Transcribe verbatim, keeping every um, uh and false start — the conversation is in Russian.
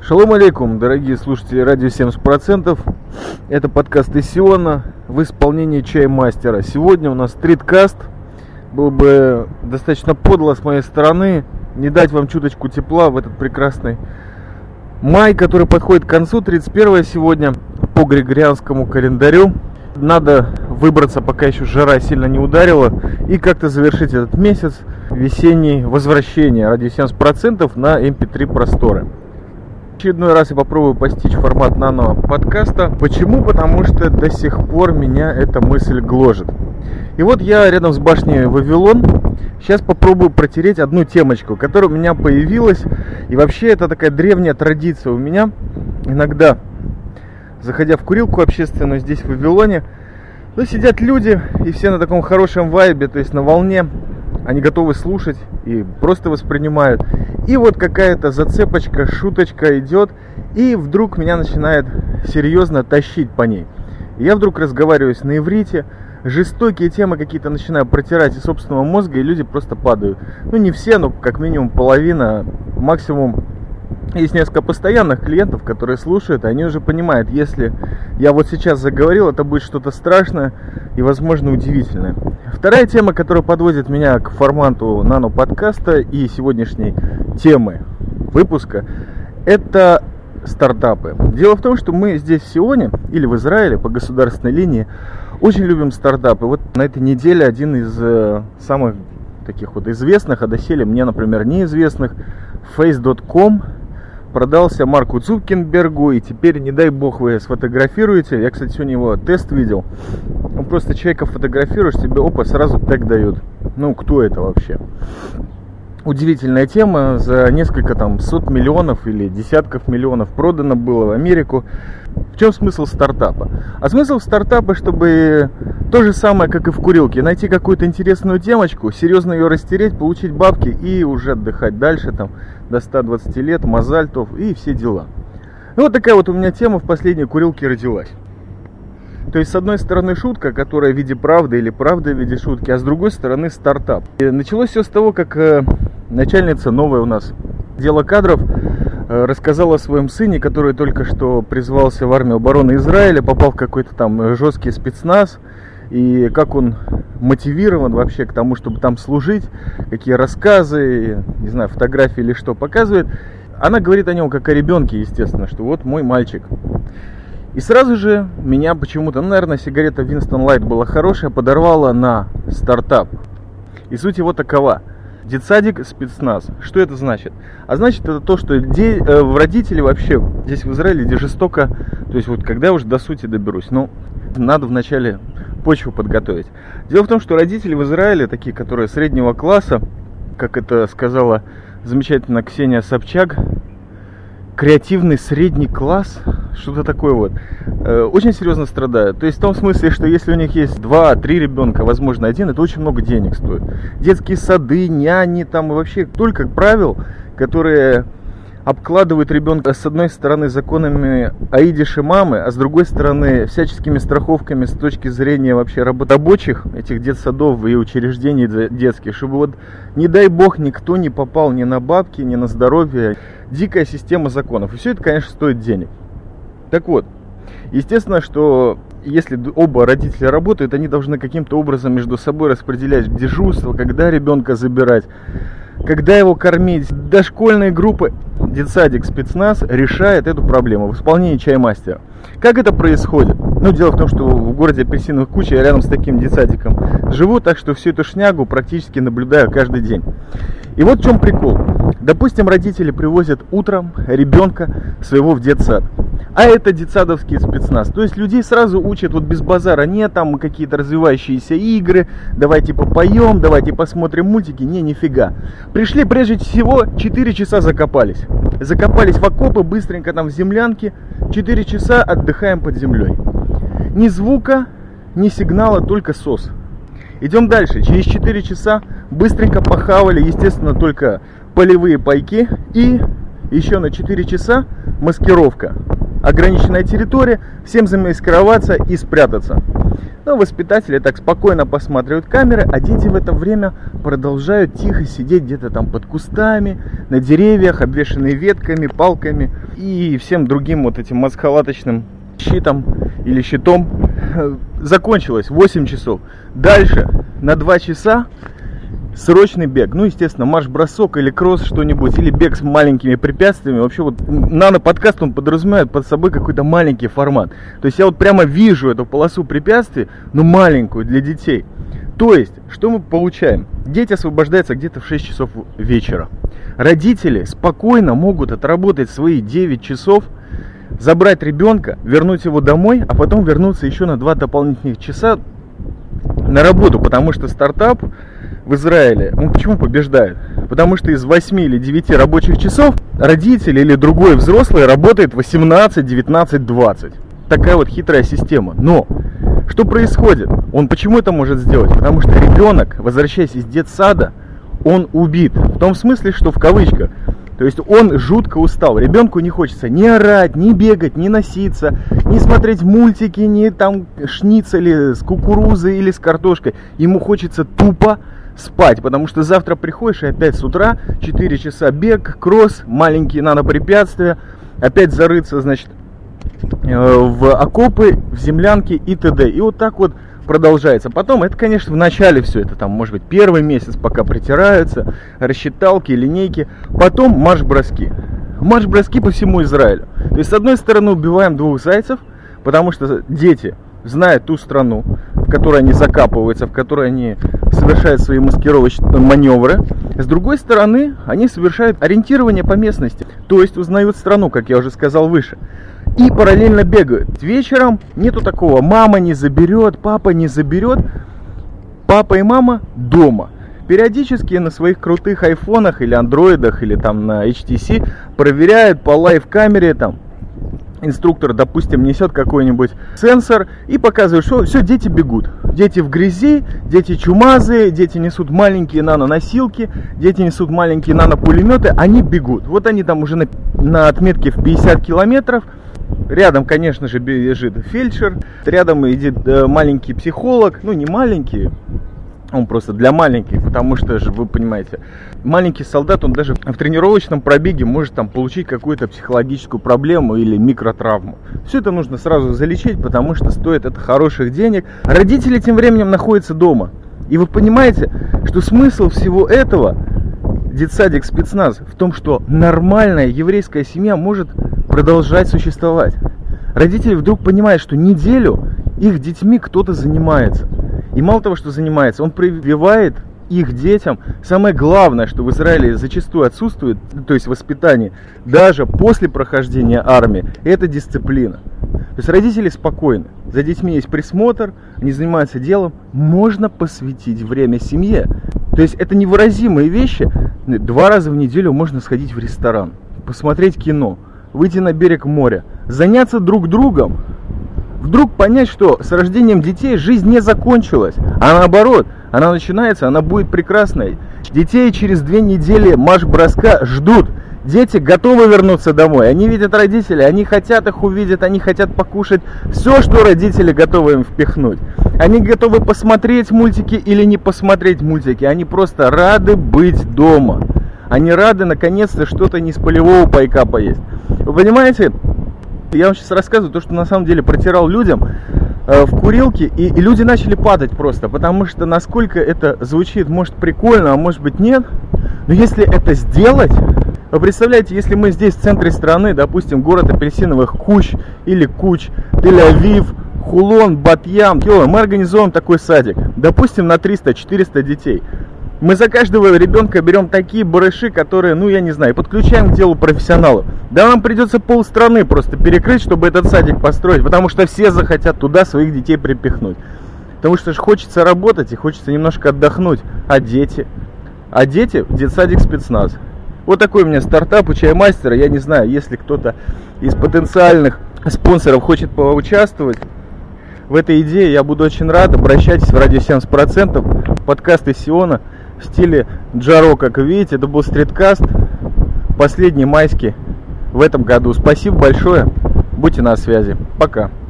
Шалом алейкум, дорогие слушатели радио семьдесят процентов. Это подкаст из Сиона в исполнении Чаймастера. Сегодня у нас стриткаст. Было бы достаточно подло с моей стороны не дать вам чуточку тепла в этот прекрасный май, который подходит к концу, тридцать первое сегодня по григорианскому календарю. Надо выбраться, пока еще жара сильно не ударила, и как-то завершить этот месяц весенний возвращение радио семьдесят процентов на эм пи три просторы. В очередной раз я попробую постичь формат нано-подкаста. Почему? Потому что до сих пор меня эта мысль гложет. И вот я рядом с башней Вавилон. Сейчас попробую протереть одну темочку, которая у меня появилась. И вообще это такая древняя традиция у меня. Иногда, заходя в курилку общественную здесь в Вавилоне, ну, сидят люди, и все на таком хорошем вайбе, то есть на волне. Они готовы слушать и просто воспринимают. И вот какая-то зацепочка, шуточка идет, и вдруг меня начинает серьезно тащить по ней. И я вдруг разговариваю на иврите, жестокие темы какие-то начинаю протирать из собственного мозга, и люди просто падают. Ну, не все, но как минимум половина, максимум. Есть несколько постоянных клиентов, которые слушают, и они уже понимают, если я вот сейчас заговорил, это будет что-то страшное и, возможно, удивительное. Вторая тема, которая подводит меня к формату нано-подкаста и сегодняшней темы выпуска, это стартапы. Дело в том, что мы здесь в Сионе или в Израиле по государственной линии очень любим стартапы. Вот на этой неделе один из э, самых таких вот известных, а доселе мне, например, неизвестных, фейс точка ком, продался Марку Цукербергу, и теперь, не дай бог, вы сфотографируете. Я, кстати, сегодня его тест видел. Он просто человека фотографируешь, тебе, опа, сразу тег дают. Ну, кто это вообще? Удивительная тема. За несколько там сот миллионов или десятков миллионов продано было в Америку. В чем смысл стартапа? А смысл стартапа, чтобы то же самое, как и в курилке, найти какую-то интересную темочку, серьезно ее растереть, получить бабки и уже отдыхать дальше там до ста двадцати лет, мазальтов и все дела. И вот такая вот у меня тема в последней курилке родилась. То есть, с одной стороны, шутка, которая в виде правды или правда в виде шутки, а с другой стороны, стартап. И началось все с того, как э, начальница новая у нас отдела кадров э, рассказала о своем сыне, который только что призвался в армию обороны Израиля, попал в какой-то там жесткий спецназ, и как он мотивирован вообще к тому, чтобы там служить, какие рассказы, не знаю, фотографии или что показывает. Она говорит о нем как о ребенке, естественно, что вот мой мальчик. И сразу же меня почему-то, ну, наверное, сигарета Winston Light была хорошая, подорвала на стартап. И суть его такова. Детсадик, спецназ. Что это значит? А значит, это то, что де, э, родители вообще здесь в Израиле, где жестоко, то есть вот когда я уже до сути доберусь, ну, надо вначале почву подготовить. Дело в том, что родители в Израиле, такие, которые среднего класса, как это сказала замечательно Ксения Собчак, креативный средний класс, что-то такое вот, э, очень серьезно страдают. То есть в том смысле, что если у них есть два-три ребенка, возможно один, это очень много денег стоит. Детские сады, няни, там и вообще только правил, которые обкладывают ребенка с одной стороны законами аидиш и мамы, а с другой стороны всяческими страховками с точки зрения вообще рабочих этих детсадов и учреждений детских, чтобы вот не дай бог никто не попал ни на бабки, ни на здоровье. Дикая система законов. И все это, конечно, стоит денег. Так вот, естественно, что если оба родителя работают, они должны каким-то образом между собой распределять дежурство, когда ребенка забирать, когда его кормить. Дошкольные группы, детсадик, спецназ решает эту проблему в исполнении Чаймастера. Как это происходит? Ну, дело в том, что в городе Апельсиновых куча, я рядом с таким детсадиком живу, так что всю эту шнягу практически наблюдаю каждый день. И вот в чем прикол. Допустим, родители привозят утром ребенка своего в детсад. А это детсадовский спецназ. То есть людей сразу учат вот без базара. Нет, там какие-то развивающиеся игры. Давайте попоем, давайте посмотрим мультики. Не, нифига. Пришли, прежде всего, четыре часа закопались. Закопались в окопы, быстренько там в землянке. четыре часа отдыхаем под землей. Ни звука, ни сигнала, только сос. Идем дальше. Через четыре часа быстренько похавали, естественно, только полевые пайки. И еще на четыре часа маскировка. Ограниченная территория, всем замаскироваться и спрятаться. Потом воспитатели так спокойно посматривают камеры, а дети в это время продолжают тихо сидеть где-то там под кустами, на деревьях, обвешанные ветками, палками и всем другим вот этим маскалаточным щитом или щитом. Закончилось восемь часов. Дальше на два часа срочный бег. Ну, естественно, марш-бросок или кросс что-нибудь, или бег с маленькими препятствиями. Вообще вот нано-подкаст, он подразумевает под собой какой-то маленький формат. То есть я вот прямо вижу эту полосу препятствий, но маленькую для детей. То есть, что мы получаем? Дети освобождаются где-то в шесть часов вечера. Родители спокойно могут отработать свои девять часов, забрать ребенка, вернуть его домой, а потом вернуться еще на два дополнительных часа на работу, потому что стартап в Израиле, он почему побеждает? Потому что из восьми или девяти рабочих часов родитель или другой взрослый работает восемнадцать, девятнадцать, двадцать. Такая вот хитрая система. Но что происходит? Он почему это может сделать? Потому что ребенок, возвращаясь из детсада, он убит. В том смысле, что в кавычках. То есть он жутко устал. Ребенку не хочется ни орать, ни бегать, ни носиться, ни смотреть мультики, ни там шницели с кукурузой или с картошкой. Ему хочется тупо спать, потому что завтра приходишь и опять с утра четыре часа бег, кросс, маленькие нано-препятствия, опять зарыться, значит, в окопы, в землянки и т.д. И вот так вот продолжается. Потом, это, конечно, в начале все это, там, может быть, первый месяц, пока притираются, рассчиталки, линейки. Потом марш-броски. Марш-броски по всему Израилю. То есть, с одной стороны, убиваем двух зайцев, потому что дети знают ту страну, в которой они закапываются, в которой они совершают свои маскировочные маневры. С другой стороны, они совершают ориентирование по местности, то есть узнают страну, как я уже сказал выше. И параллельно бегают. Вечером нету такого: мама не заберет, папа не заберет. Папа и мама дома. Периодически на своих крутых айфонах или андроидах, или там на эйч ти си проверяют по лайв-камере, там инструктор, допустим, несет какой-нибудь сенсор и показывает, что все, дети бегут. Дети в грязи, дети чумазые, дети несут маленькие нано-носилки, дети несут маленькие нано-пулеметы, они бегут. Вот они там уже на, на отметке в пятьдесят километров. Рядом, конечно же, бежит фельдшер, рядом идет э, маленький психолог, ну не маленький, он просто для маленьких, потому что же, вы понимаете, маленький солдат, он даже в тренировочном пробеге может там получить какую-то психологическую проблему или микротравму. Все это нужно сразу залечить, потому что стоит это хороших денег. Родители тем временем находятся дома. И вы понимаете, что смысл всего этого, детсадик, спецназ, в том, что нормальная еврейская семья может продолжать существовать. Родители вдруг понимают, что неделю их детьми кто-то занимается. И мало того, что занимается, он прививает их детям самое главное, что в Израиле зачастую отсутствует, то есть воспитание, даже после прохождения армии, это дисциплина. То есть родители спокойны, за детьми есть присмотр, они занимаются делом, можно посвятить время семье. То есть это невыразимые вещи. Два раза в неделю можно сходить в ресторан, посмотреть кино, выйти на берег моря, заняться друг другом. Вдруг понять, что с рождением детей жизнь не закончилась, а наоборот, она начинается, она будет прекрасной. Детей через две недели марш-броска ждут. Дети готовы вернуться домой, они видят родителей, они хотят их увидеть, они хотят покушать все, что родители готовы им впихнуть. Они готовы посмотреть мультики или не посмотреть мультики, они просто рады быть дома. Они рады наконец-то что-то не с полевого пайка поесть. Вы понимаете? Я вам сейчас рассказываю то, что на самом деле протирал людям э, в курилке, и, и люди начали падать просто, потому что насколько это звучит, может прикольно, а может быть нет, но если это сделать, вы представляете, если мы здесь в центре страны, допустим, город апельсиновых куч или куч, Тель-Авив, Хулон, Бат-Ям, мы организуем такой садик, допустим, на триста-четыреста детей. Мы за каждого ребенка берем такие барыши, которые, ну я не знаю, подключаем к делу профессионалов. Да нам придется полстраны просто перекрыть, чтобы этот садик построить, потому что все захотят туда своих детей припихнуть. Потому что же хочется работать и хочется немножко отдохнуть. А дети? А дети в детсадик спецназ. Вот такой у меня стартап у Чаймастера. Я не знаю, если кто-то из потенциальных спонсоров хочет поучаствовать в этой идее, я буду очень рад. Обращайтесь в радио семьдесят процентов. Подкаст из Сиона в стиле Джаро, как вы видите. Это был стриткаст, последний майский в этом году. Спасибо большое. Будьте на связи. Пока.